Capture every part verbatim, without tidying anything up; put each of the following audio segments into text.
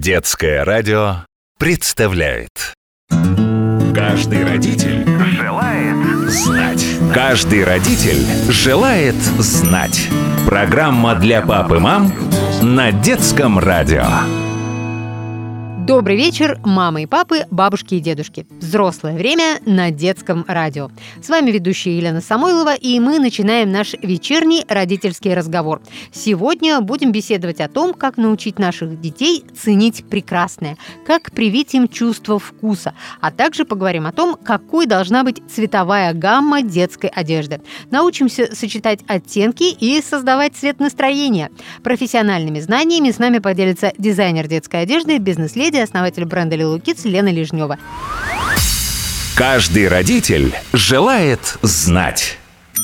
Детское радио представляет. Каждый родитель желает знать. Каждый родитель желает знать. Программа для пап и мам на Детском радио. Добрый вечер, мамы и папы, бабушки и дедушки. Взрослое время на Детском радио. С вами ведущая Елена Самойлова, и мы начинаем наш вечерний родительский разговор. Сегодня будем беседовать о том, как научить наших детей ценить прекрасное, как привить им чувство вкуса, а также поговорим о том, какой должна быть цветовая гамма детской одежды. Научимся сочетать оттенки и создавать цвет настроения. Профессиональными знаниями с нами поделится дизайнер детской одежды, бизнес-леди, основатель бренда Lulu Kids Лена Лежнева. Каждый родитель желает знать.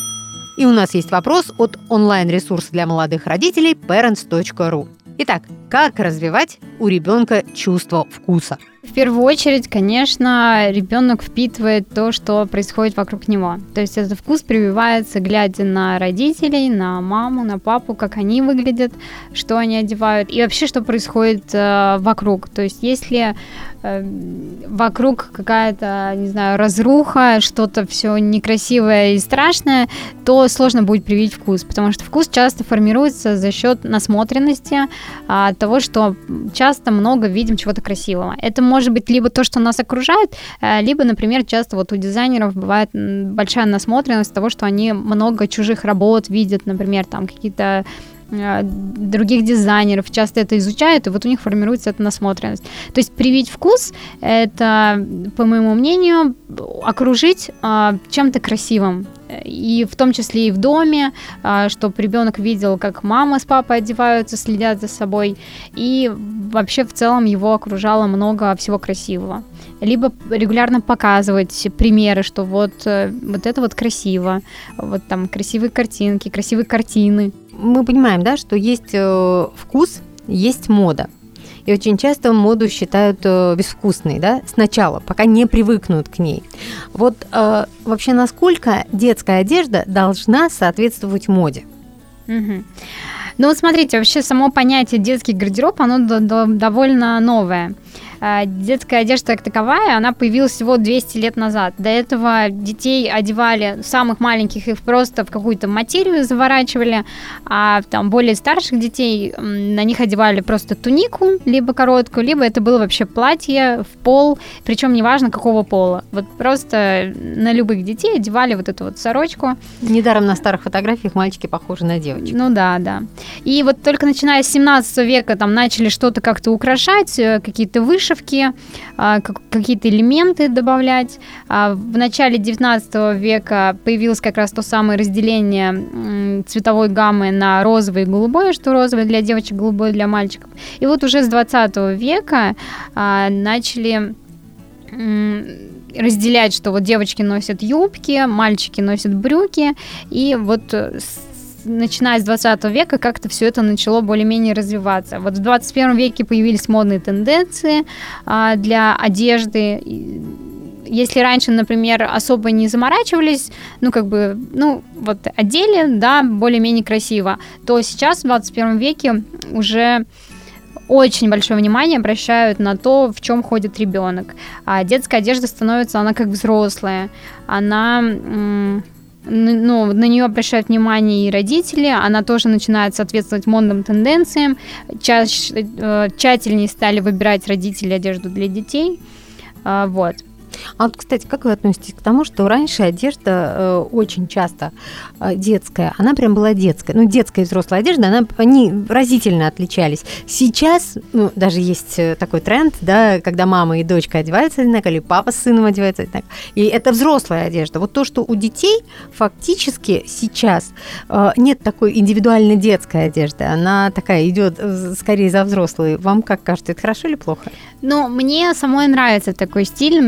И у нас есть вопрос от онлайн-ресурса для молодых родителей parents точка ру. Итак, как развивать у ребенка чувство вкуса? В первую очередь, конечно, ребенок впитывает то, что происходит вокруг него. То есть этот вкус прививается, глядя на родителей, на маму, на папу, как они выглядят, что они одевают и вообще, что происходит э, вокруг. То есть если э, вокруг какая-то, не знаю, разруха, что-то все некрасивое и страшное, то сложно будет привить вкус, потому что вкус часто формируется за счет насмотренности, от того, что часто много видим чего-то красивого. Это может быть либо то, что нас окружает, либо, например, часто вот у дизайнеров бывает большая насмотренность того, что они много чужих работ видят, например, там какие-то других дизайнеров, часто это изучают, и вот у них формируется эта насмотренность. То есть привить вкус – это, по моему мнению, окружить а, чем-то красивым. И в том числе и в доме, а, чтобы ребенок видел, как мама с папой одеваются, следят за собой, и вообще в целом его окружало много всего красивого. Либо регулярно показывать примеры, что вот, вот это вот красиво, вот там красивые картинки, красивые картины. Мы понимаем, да, что есть э, вкус, есть мода. И очень часто моду считают э, безвкусной, да, сначала, пока не привыкнут к ней. Вот э, вообще насколько детская одежда должна соответствовать моде? Угу. Ну вот смотрите, вообще само понятие детский гардероб, оно д- д- довольно новое. Детская одежда как таковая, она появилась всего двести лет назад. До этого детей одевали, самых маленьких, их просто в какую-то материю заворачивали, а там более старших детей на них одевали просто тунику, либо короткую, либо это было вообще платье в пол, причем неважно какого пола. Вот просто на любых детей одевали вот эту вот сорочку. Недаром на старых фотографиях мальчики похожи на девочек. Ну да, да. И вот только начиная с семнадцатого века там начали что-то как-то украшать, какие-то вышивки, какие-то элементы добавлять. В начале девятнадцатого века появилось как раз то самое разделение цветовой гаммы на розовое и голубое, что розовое для девочек, голубое для мальчиков. И вот уже с двадцатого века начали разделять, что вот девочки носят юбки, мальчики носят брюки, и вот начиная с двадцатого века как-то все это начало более-менее развиваться. Вот в двадцать первом веке появились модные тенденции а, для одежды. Если раньше, например, особо не заморачивались, ну, как бы, ну, вот одели, да, более-менее красиво, то сейчас в двадцать первом веке уже очень большое внимание обращают на то, в чем ходит ребенок. А детская одежда становится, она как взрослая, она... М- Ну, на нее обращают внимание и родители, она тоже начинает соответствовать модным тенденциям, чаще, тщательнее стали выбирать родители одежду для детей, вот. А вот, кстати, как вы относитесь к тому, что раньше одежда э, очень часто э, детская, она прям была детская, ну, детская и взрослая одежда, она, они разительно отличались. Сейчас, ну, даже есть такой тренд, да, когда мама и дочка одеваются одинаково, или папа с сыном одеваются одинаково, и это взрослая одежда. Вот то, что у детей фактически сейчас э, нет такой индивидуально детской одежды, она такая идет скорее за взрослые. Вам как кажется, это хорошо или плохо? Ну, мне самой нравится такой стиль, мне нравится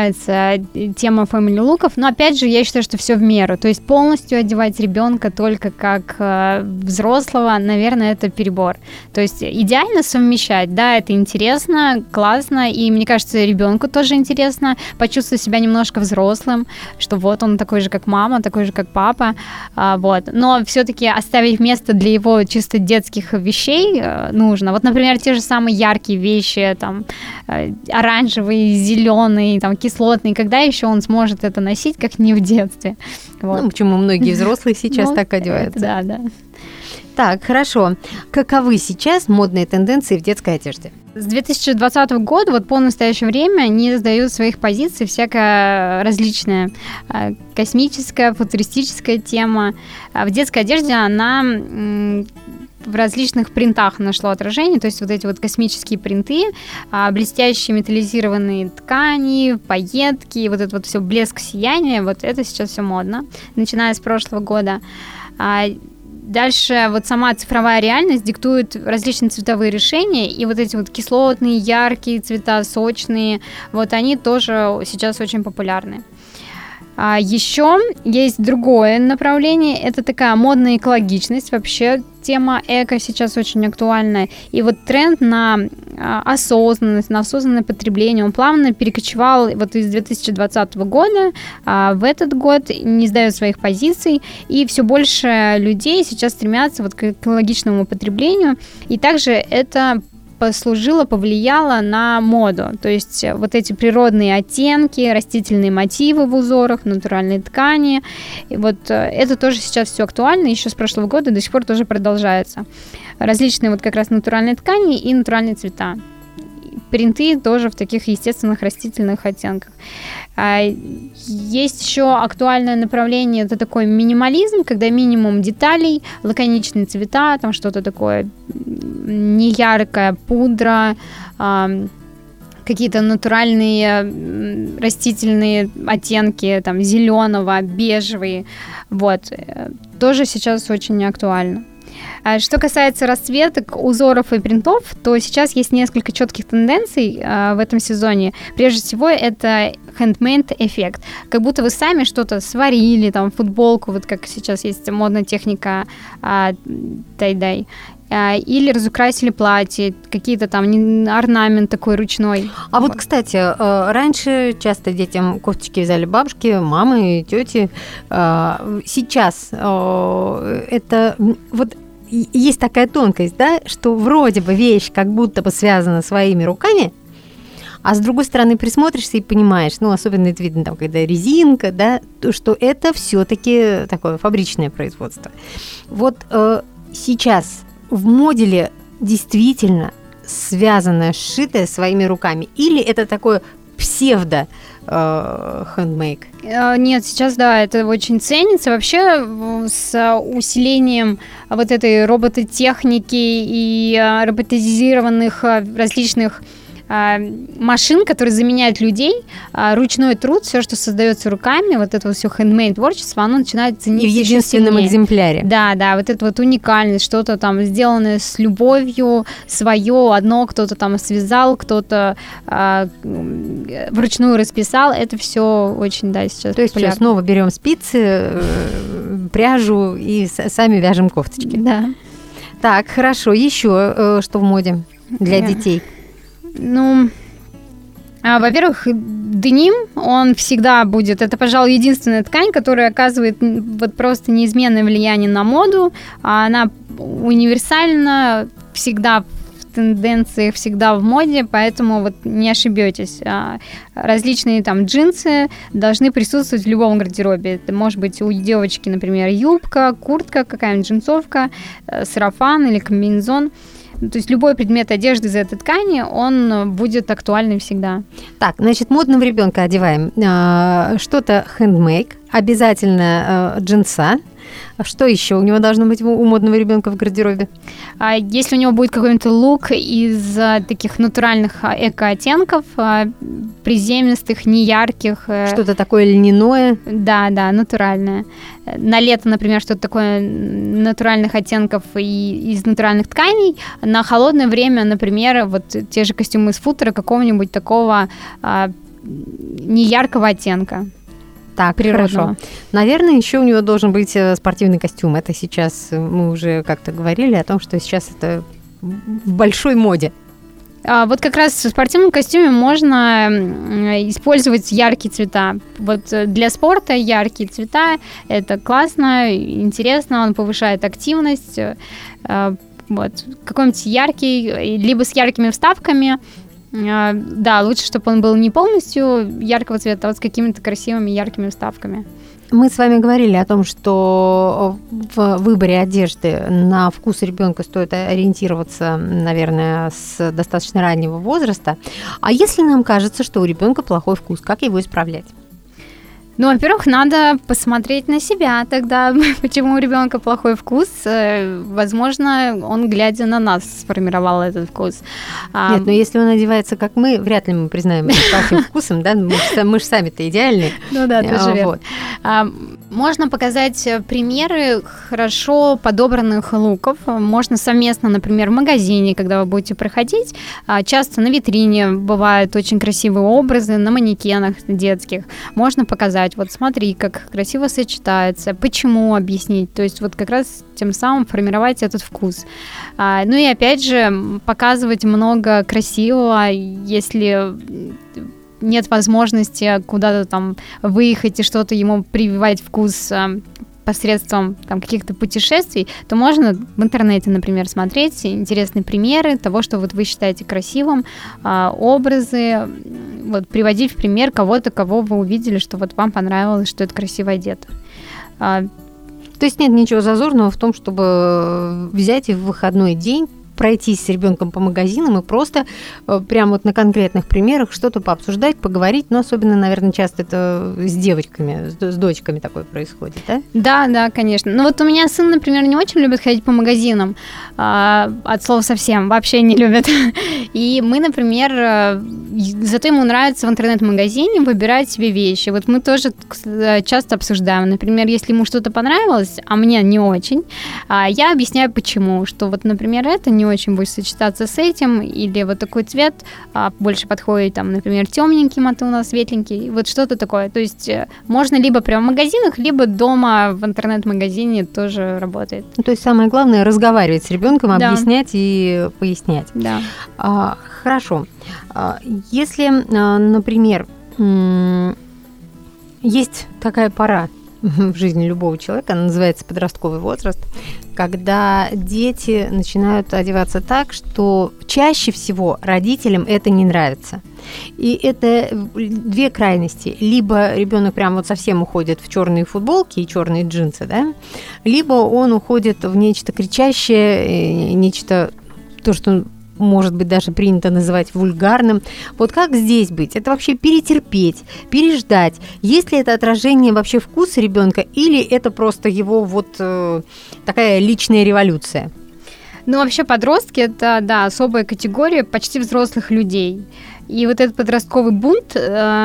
нравится тема family луков, но опять же, я считаю, что все в меру. То есть полностью одевать ребенка только как э, взрослого, наверное, это перебор. То есть идеально совмещать, да, это интересно, классно, и мне кажется, ребенку тоже интересно почувствовать себя немножко взрослым, что вот он такой же, как мама, такой же, как папа, а, вот. Но все-таки оставить место для его чисто детских вещей э, нужно. Вот, например, те же самые яркие вещи, там, э, оранжевый, зеленый, там, кислотный, когда еще он сможет это носить, как не в детстве. Вот. Ну, почему многие взрослые сейчас Ну, так одеваются. Да, да. Так, хорошо. Каковы сейчас модные тенденции в детской одежде? С две тысячи двадцатого года вот по настоящее время они сдают своих позиций всякое различное. А, Космическая, футуристическая тема. А в детской одежде она м, в различных принтах нашло отражение, то есть вот эти вот космические принты, а, блестящие металлизированные ткани, пайетки, вот это вот все блеск, сияние, вот это сейчас все модно, начиная с прошлого года. А, Дальше вот сама цифровая реальность диктует различные цветовые решения, и вот эти вот кислотные, яркие цвета, сочные, вот они тоже сейчас очень популярны. А еще есть другое направление, это такая модная экологичность, вообще тема эко сейчас очень актуальна, и вот тренд на осознанность, на осознанное потребление, он плавно перекочевал вот из две тысячи двадцатого года а в этот год, не сдает своих позиций, и все больше людей сейчас стремятся вот к экологичному потреблению, и также это послужило, повлияло на моду. То есть вот эти природные оттенки, растительные мотивы в узорах, натуральные ткани. И вот это тоже сейчас все актуально, еще с прошлого года до сих пор тоже продолжается. Различные вот как раз натуральные ткани и натуральные цвета. Принты тоже в таких естественных растительных оттенках. Есть еще актуальное направление, это такой минимализм, когда минимум деталей, лаконичные цвета, там что-то такое неяркое, пудра, какие-то натуральные растительные оттенки, там зеленого, бежевые, вот, тоже сейчас очень актуально. Что касается расцветок, узоров и принтов, то сейчас есть несколько четких тенденций э, в этом сезоне. Прежде всего, это handmade эффект. Как будто вы сами что-то сварили, там, футболку, вот как сейчас есть модная техника э, тай-дай, э, или разукрасили платье, какие-то там орнамент такой ручной. А вот, кстати, э, раньше часто детям кофточки вязали бабушки, мамы, тети. Э, сейчас э, это вот есть такая тонкость, да, что вроде бы вещь как будто бы связана своими руками, а с другой стороны присмотришься и понимаешь, ну, особенно это видно там, когда резинка, да, то, что это все-таки такое фабричное производство. Вот э, сейчас в моде ли действительно связанное, сшитое своими руками, или это такое псевдо хендмейк? Нет, сейчас, да, это очень ценится. Вообще с усилением вот этой робототехники и роботизированных различных машин, которые заменяют людей, ручной труд, все, что создается руками, вот это вот все хендмейд творчество, оно начинает цениться. И в единственном экземпляре. Да, да, вот это вот уникальность, что-то там сделанное с любовью, свое, одно кто-то там связал, кто-то а, вручную расписал, это все очень, да, сейчас То есть популярно. что, снова берем спицы, пряжу и сами вяжем кофточки. Да. Так, хорошо, еще что в моде для Да. детей? Ну, а, во-первых, деним, он всегда будет, это, пожалуй, единственная ткань, которая оказывает вот просто неизменное влияние на моду, она универсальна, всегда в тенденциях, всегда в моде, поэтому вот не ошибетесь. Различные там джинсы должны присутствовать в любом гардеробе. Это может быть у девочки, например, юбка, куртка, какая-нибудь джинсовка, сарафан или комбинезон. То есть любой предмет одежды из этой ткани, он будет актуальным всегда. Так, значит, модного ребенка одеваем. Что-то хендмейк, обязательно джинса. Что еще у него должно быть у модного ребенка в гардеробе? А если у него будет какой-нибудь лук из таких натуральных эко-оттенков, приземистых, неярких. Что-то такое льняное? Да, да, натуральное. На лето, например, что-то такое натуральных оттенков и из натуральных тканей. На холодное время, например, вот те же костюмы из футера, какого-нибудь такого не яркого оттенка. Так, природного. Хорошо. Наверное, еще у него должен быть спортивный костюм. Это сейчас мы уже как-то говорили о том, что сейчас это в большой моде. А вот как раз в спортивном костюме можно использовать яркие цвета. Вот для спорта яркие цвета – это классно, интересно, он повышает активность. Вот. Какой-нибудь яркий, либо с яркими вставками. Да, лучше, чтобы он был не полностью яркого цвета, а вот с какими-то красивыми яркими вставками. Мы с вами говорили о том, что в выборе одежды на вкус ребенка стоит ориентироваться, наверное, с достаточно раннего возраста. А если нам кажется, что у ребенка плохой вкус, как его исправлять? Ну, во-первых, надо посмотреть на себя тогда, почему у ребенка плохой вкус. Возможно, он, глядя на нас, сформировал этот вкус. Нет, но если он одевается, как мы, вряд ли мы признаем это плохим вкусом, да? Мы, мы же сами-то идеальные. Ну да, тоже верно. Можно показать примеры хорошо подобранных луков. Можно совместно, например, в магазине, когда вы будете проходить. Часто на витрине бывают очень красивые образы, на манекенах детских. Можно показать, вот смотри, как красиво сочетается, почему объяснить. То есть вот как раз тем самым формировать этот вкус. Ну и опять же, показывать много красивого, если нет возможности куда-то там выехать и что-то ему прививать вкус посредством там, каких-то путешествий, то можно в интернете, например, смотреть интересные примеры того, что вот вы считаете красивым, образы, вот, приводить в пример кого-то, кого вы увидели, что вот вам понравилось, что это красиво одето. То есть нет ничего зазорного в том, чтобы взять и в выходной день пройтись с ребенком по магазинам и просто прямо вот на конкретных примерах что-то пообсуждать, поговорить, но особенно, наверное, часто это с девочками, с, с дочками такое происходит, да? Да, да, конечно. Ну вот у меня сын, например, не очень любит ходить по магазинам, а, от слова совсем, вообще не любит. И мы, например, зато ему нравится в интернет-магазине выбирать себе вещи. Вот мы тоже часто обсуждаем, например, если ему что-то понравилось, а мне не очень, я объясняю, почему, что вот, например, это не очень будет сочетаться с этим, или вот такой цвет а, больше подходит, там, например, темненький, а ты у нас светленький, вот что-то такое. То есть можно либо прямо в магазинах, либо дома в интернет-магазине тоже работает. То есть самое главное разговаривать с ребенком, да. Объяснять и пояснять. Да. А, хорошо. А, если, например, есть такая пора в жизни любого человека, она называется подростковый возраст, когда дети начинают одеваться так, что чаще всего родителям это не нравится. И это две крайности. Либо ребенок прям вот совсем уходит в черные футболки и черные джинсы, да, либо он уходит в нечто кричащее, нечто, то, что может быть, даже принято называть вульгарным. Вот как здесь быть? Это вообще перетерпеть, переждать? Есть ли это отражение вообще вкуса ребенка, или это просто его вот э, такая личная революция? Ну, вообще подростки – это, да, особая категория почти взрослых людей. И вот этот подростковый бунт,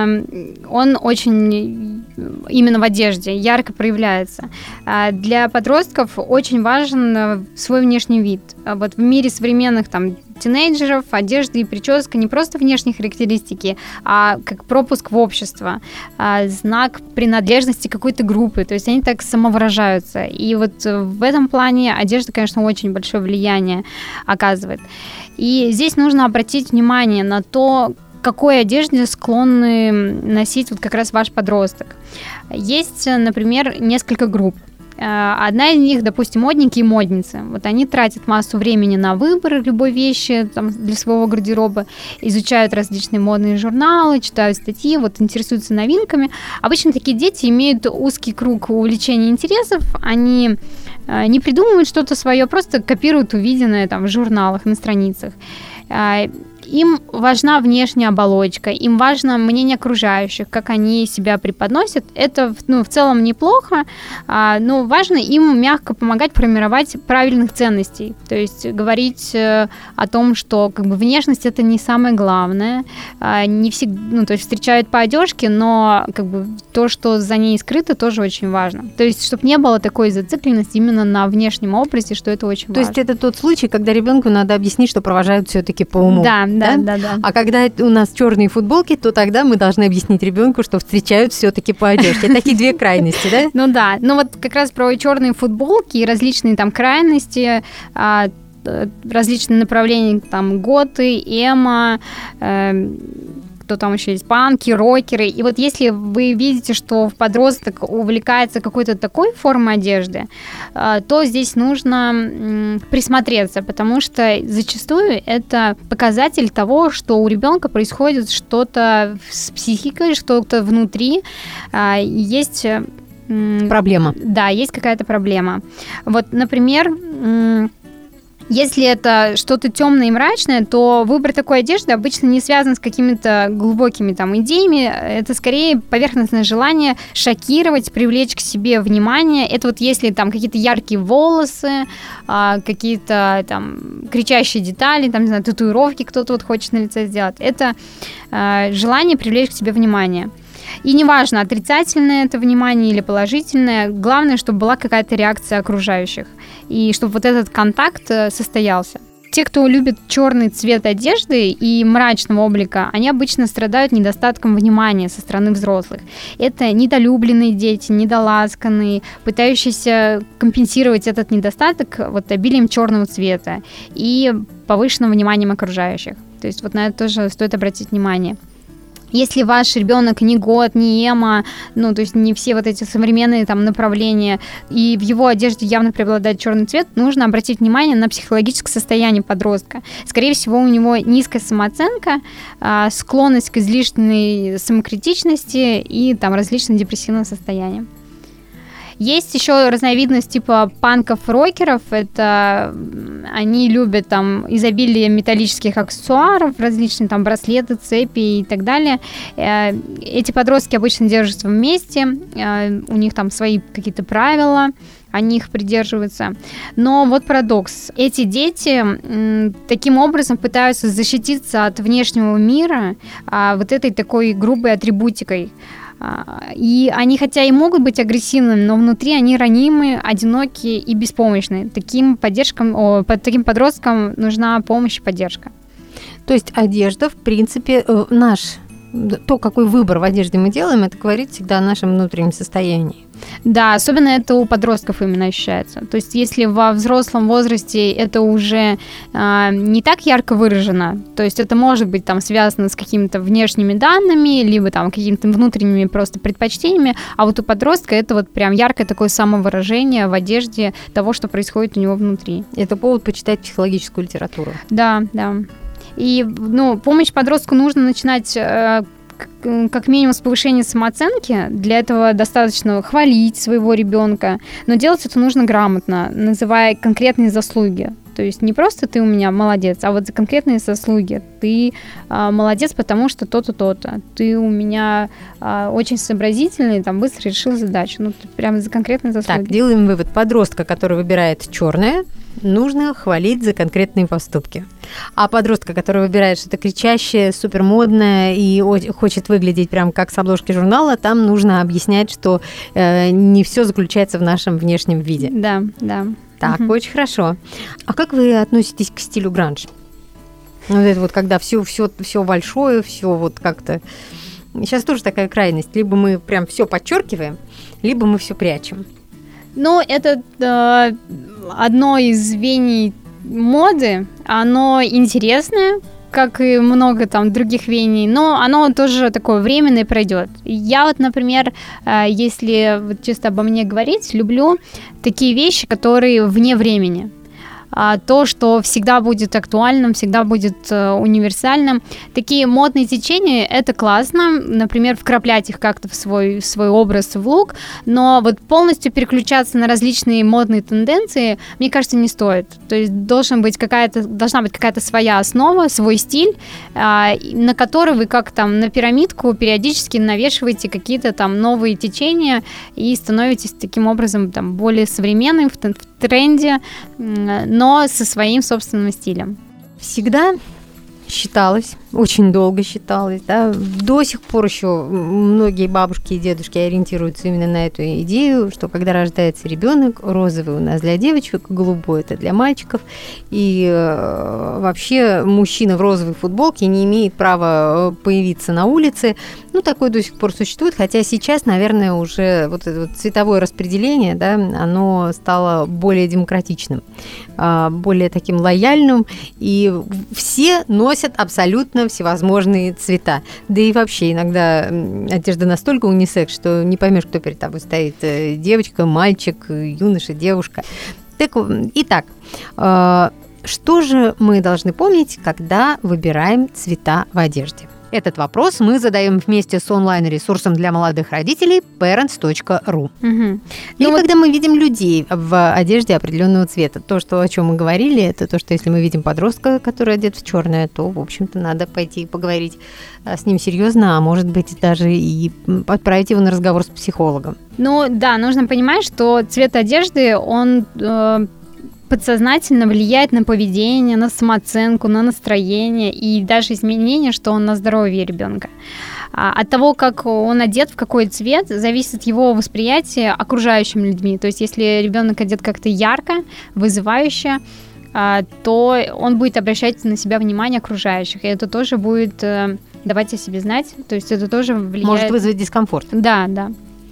он очень именно в одежде ярко проявляется. Для подростков очень важен свой внешний вид. Вот в мире современных там тинейджеров одежда и прическа не просто внешние характеристики, а как пропуск в общество, знак принадлежности какой-то группы. То есть они так самовыражаются. И вот в этом плане одежда, конечно, очень большое влияние оказывает. И здесь нужно обратить внимание на то, к какой одежде склонны носить вот как раз ваш подросток. Есть, например, несколько групп. Одна из них, допустим, модники и модницы. Вот они тратят массу времени на выбор любой вещи там, для своего гардероба, изучают различные модные журналы, читают статьи, вот интересуются новинками. Обычно такие дети имеют узкий круг увлечений и интересов, они не придумывают что-то свое, просто копируют увиденное там, в журналах, на страницах. Им важна внешняя оболочка, им важно мнение окружающих, как они себя преподносят. Это ну, в целом неплохо, но важно им мягко помогать формировать правильных ценностей. То есть говорить о том, что как бы, внешность – это не самое главное. Не всегда, ну, то есть встречают по одежке, но как бы, то, что за ней скрыто, тоже очень важно. То есть чтобы не было такой зацикленности именно на внешнем образе, что это очень то важно. То есть это тот случай, когда ребенку надо объяснить, что провожают все-таки по уму. Да, да, да, да. А когда у нас черные футболки, то тогда мы должны объяснить ребенку, что встречают все-таки по одежде. Такие две крайности, да? Ну да, ну вот как раз про черные футболки и различные там крайности, различные направления, там, готы, эмо, э, кто там еще есть, панки, рокеры. И вот если вы видите, что подросток увлекается какой-то такой формой одежды, э, то здесь нужно э, присмотреться, потому что зачастую это показатель того, что у ребенка происходит что-то с психикой, что-то внутри, э, есть... Э, проблема. Да, есть какая-то проблема. Вот, например... Э, Если это что-то темное и мрачное, то выбор такой одежды обычно не связан с какими-то глубокими там идеями. Это скорее поверхностное желание шокировать, привлечь к себе внимание. Это вот если там какие-то яркие волосы, какие-то там кричащие детали, там, не знаю, татуировки кто-то вот хочет на лице сделать. Это желание привлечь к себе внимание. И неважно, отрицательное это внимание или положительное, главное, чтобы была какая-то реакция окружающих, и чтобы вот этот контакт состоялся. Те, кто любит черный цвет одежды и мрачного облика, они обычно страдают недостатком внимания со стороны взрослых. Это недолюбленные дети, недоласканные, пытающиеся компенсировать этот недостаток вот обилием черного цвета и повышенным вниманием окружающих. То есть вот на это тоже стоит обратить внимание. Если ваш ребенок не гот, не эмо, ну, то есть не все вот эти современные там направления, и в его одежде явно преобладает черный цвет, нужно обратить внимание на психологическое состояние подростка. Скорее всего, у него низкая самооценка, склонность к излишней самокритичности и там различные депрессивные состояния. Есть еще разновидность типа панков-рокеров. Это они любят там изобилие металлических аксессуаров, различные там браслеты, цепи и так далее. Эти подростки обычно держатся вместе, у них там свои какие-то правила, они их придерживаются. Но вот парадокс. Эти дети м, таким образом пытаются защититься от внешнего мира а, вот этой такой грубой атрибутикой. И они, хотя и могут быть агрессивными, но внутри они ранимые, одинокие и беспомощные. Таким поддержкам, о, под таким подросткам нужна помощь и поддержка. То есть одежда, в принципе, наш, то, какой выбор в одежде мы делаем, это говорит всегда о нашем внутреннем состоянии. Да, особенно это у подростков именно ощущается. То есть если во взрослом возрасте это уже э, не так ярко выражено, то есть это может быть там связано с какими-то внешними данными, либо там какими-то внутренними просто предпочтениями, а вот у подростка это вот прям яркое такое самовыражение в одежде того, что происходит у него внутри. Это повод почитать психологическую литературу. Да, да. И, ну, помощь подростку нужно начинать э, как минимум с повышения самооценки. Для этого достаточно хвалить своего ребенка, но делать это нужно грамотно, называя конкретные заслуги. То есть не просто ты у меня молодец, а вот за конкретные заслуги. Ты а, молодец, потому что то-то, то-то. Ты у меня а, очень сообразительный, там, быстро решил задачу. Ну, прямо за конкретные заслуги. Так, делаем вывод. Подростка, который выбирает черное, нужно хвалить за конкретные поступки. А подростка, который выбирает что-то кричащее, супермодное и хочет выглядеть прям как с обложки журнала, там нужно объяснять, что э, не все заключается в нашем внешнем виде. Да, да. Так, угу. Очень хорошо. А как вы относитесь к стилю гранж? Вот это вот, когда все, все, все большое, все вот как-то... Сейчас тоже такая крайность. Либо мы прям все подчеркиваем, либо мы все прячем. Ну, это э, одно из звеньев моды. Оно интересное, как и много там других веяний, но оно тоже такое временное пройдет. Я вот, например, если вот чисто обо мне говорить, люблю такие вещи, которые вне времени. То, что всегда будет актуальным, всегда будет универсальным. Такие модные течения, это классно, например, вкраплять их как-то в свой, в свой образ, в лук, но вот полностью переключаться на различные модные тенденции, мне кажется, не стоит. То есть должен быть какая-то, должна быть какая-то своя основа, свой стиль, на который вы как там на пирамидку периодически навешиваете какие-то там новые течения и становитесь таким образом там более современным, в тренде, но со своим собственным стилем. Всегда считалось, очень долго считалось, да. До сих пор еще многие бабушки и дедушки ориентируются именно на эту идею, что когда рождается ребенок, розовый у нас для девочек, голубой это для мальчиков, и э, вообще мужчина в розовой футболке не имеет права появиться на улице. Ну, такое до сих пор существует, хотя сейчас, наверное, уже вот это вот цветовое распределение, да, оно стало более демократичным, более таким лояльным, и все носят абсолютно всевозможные цвета. Да и вообще иногда одежда настолько унисекс, что не поймешь, кто перед тобой стоит: девочка, мальчик, юноша, девушка. Так, итак, что же мы должны помнить, когда выбираем цвета в одежде? Этот вопрос мы задаем вместе с онлайн-ресурсом для молодых родителей parents точка ru. Угу. Или ну, когда вот... мы видим людей в одежде определенного цвета. То, что, о чем мы говорили, это то, что если мы видим подростка, который одет в черное, то, в общем-то, надо пойти поговорить с ним серьезно, а может быть, даже и отправить его на разговор с психологом. Ну да, нужно понимать, что цвет одежды, он... Э... подсознательно влияет на поведение, на самооценку, на настроение и даже изменения, что он на здоровье ребенка. От того, как он одет, в какой цвет, зависит его восприятие окружающими людьми. То есть, если ребенок одет как-то ярко, вызывающе, то он будет обращать на себя внимание окружающих, и это тоже будет давать о себе знать. То есть, это тоже влияет... Может вызвать дискомфорт. Да, да.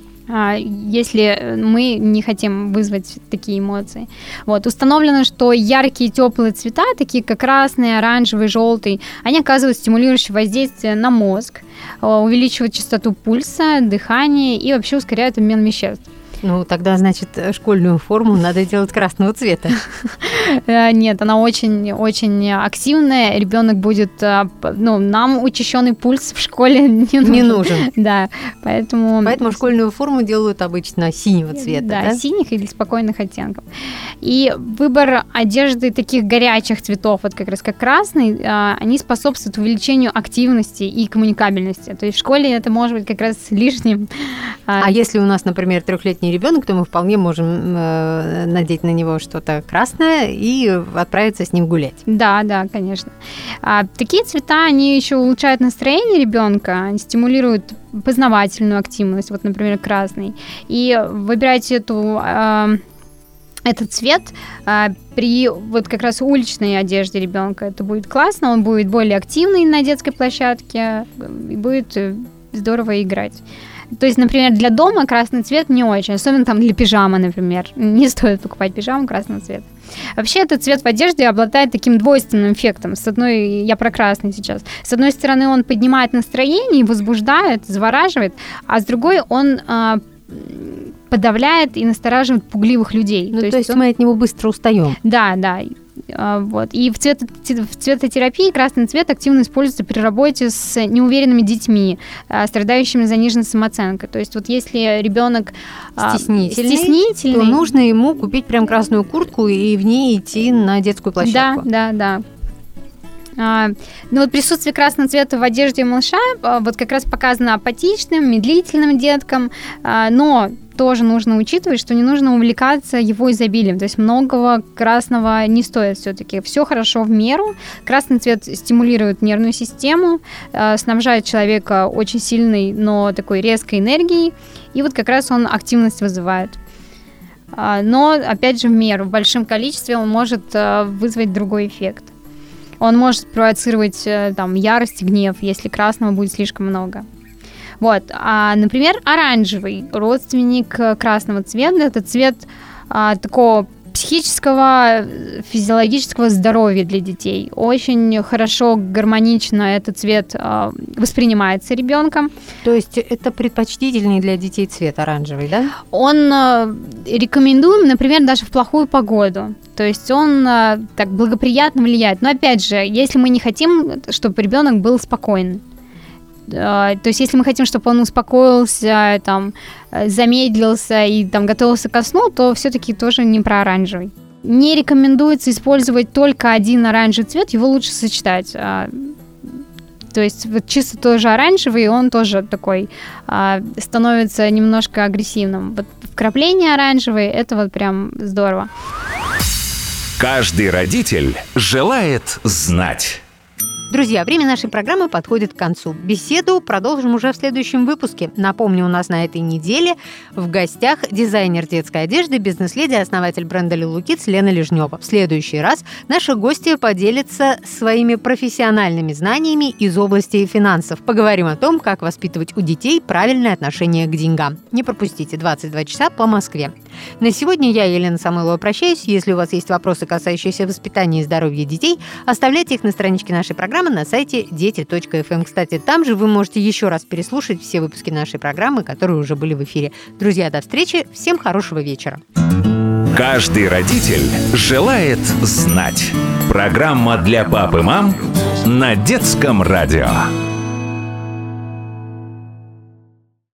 Если мы не хотим вызвать такие эмоции. Вот. Установлено, что яркие теплые цвета, такие как красный, оранжевый, желтый, они оказывают стимулирующее воздействие на мозг, увеличивают частоту пульса, дыхание и вообще ускоряют обмен веществ. Ну, тогда, значит, школьную форму надо делать красного цвета. Нет, она очень-очень активная. Ребенок будет... Ну, нам учащенный пульс в школе не нужен. Не нужен. Да, поэтому... Поэтому школьную форму делают обычно синего цвета, да? Да, синих или спокойных оттенков. И выбор одежды таких горячих цветов, вот как раз как красный, они способствуют увеличению активности и коммуникабельности. То есть в школе это может быть как раз лишним. А если у нас, например, трехлетний ребенок, то мы вполне можем э, надеть на него что-то красное и отправиться с ним гулять. Да, да, конечно. А, такие цвета, они еще улучшают настроение ребенка, они стимулируют познавательную активность, вот, например, красный. И выбирайте эту... Э, этот цвет а, при вот как раз уличной одежде ребенка. Это будет классно, он будет более активный на детской площадке и будет здорово играть. То есть, например, для дома красный цвет не очень, особенно там для пижамы, например. Не стоит покупать пижаму красного цвета. Вообще, этот цвет в одежде обладает таким двойственным эффектом. С одной, я про красный сейчас. С одной стороны, он поднимает настроение, возбуждает, завораживает, а с другой он а, подавляет и настораживает пугливых людей. Ну, то, то есть, есть он... мы от него быстро устаем. Да, да. Вот. И в, цвето, в цветотерапии красный цвет активно используется при работе с неуверенными детьми, страдающими заниженной самооценкой. То есть вот если ребенок стеснительный, стеснительный, то нужно ему купить прям красную куртку и в ней идти на детскую площадку. Да, да, да. А, ну вот присутствие красного цвета в одежде малыша вот как раз показано апатичным, медлительным деткам, а, но тоже нужно учитывать, что не нужно увлекаться его изобилием, то есть многого красного не стоит все-таки. Все хорошо в меру. Красный цвет стимулирует нервную систему, а, снабжает человека очень сильной, но такой резкой энергией, и вот как раз он активность вызывает. А, но, опять же, в меру, в большом количестве он может а, вызвать другой эффект. Он может спровоцировать там, ярость и гнев, если красного будет слишком много. Вот. А, например, оранжевый родственник красного цвета – это цвет а, такого психического, физиологического здоровья для детей. Очень хорошо, гармонично этот цвет а, воспринимается ребенком. То есть это предпочтительный для детей цвет оранжевый, да? Он а, рекомендуем, например, даже в плохую погоду. То есть он а, так благоприятно влияет. Но опять же, если мы не хотим, чтобы ребенок был спокойным, а, то есть если мы хотим, чтобы он успокоился, там, замедлился и там, готовился ко сну, то все-таки тоже не про оранжевый. Не рекомендуется использовать только один оранжевый цвет, его лучше сочетать. А, то есть вот чисто тоже оранжевый, он тоже такой а, становится немножко агрессивным. Вот вкрапление оранжевое, это вот прям здорово. Каждый родитель желает знать. Друзья, время нашей программы подходит к концу. Беседу продолжим уже в следующем выпуске. Напомню, у нас на этой неделе в гостях дизайнер детской одежды, бизнес-леди, основатель бренда Lulu Kids Лена Лежнева. В следующий раз наши гости поделятся своими профессиональными знаниями из области финансов. Поговорим о том, как воспитывать у детей правильное отношение к деньгам. Не пропустите, двадцать два часа по Москве. На сегодня я, Елена Самойлова, прощаюсь. Если у вас есть вопросы, касающиеся воспитания и здоровья детей, оставляйте их на страничке нашей программы на сайте дети точка эф эм. Кстати, там же вы можете еще раз переслушать все выпуски нашей программы, которые уже были в эфире. Друзья, до встречи. Всем хорошего вечера. Каждый родитель желает знать. Программа для пап и мам на Детском радио.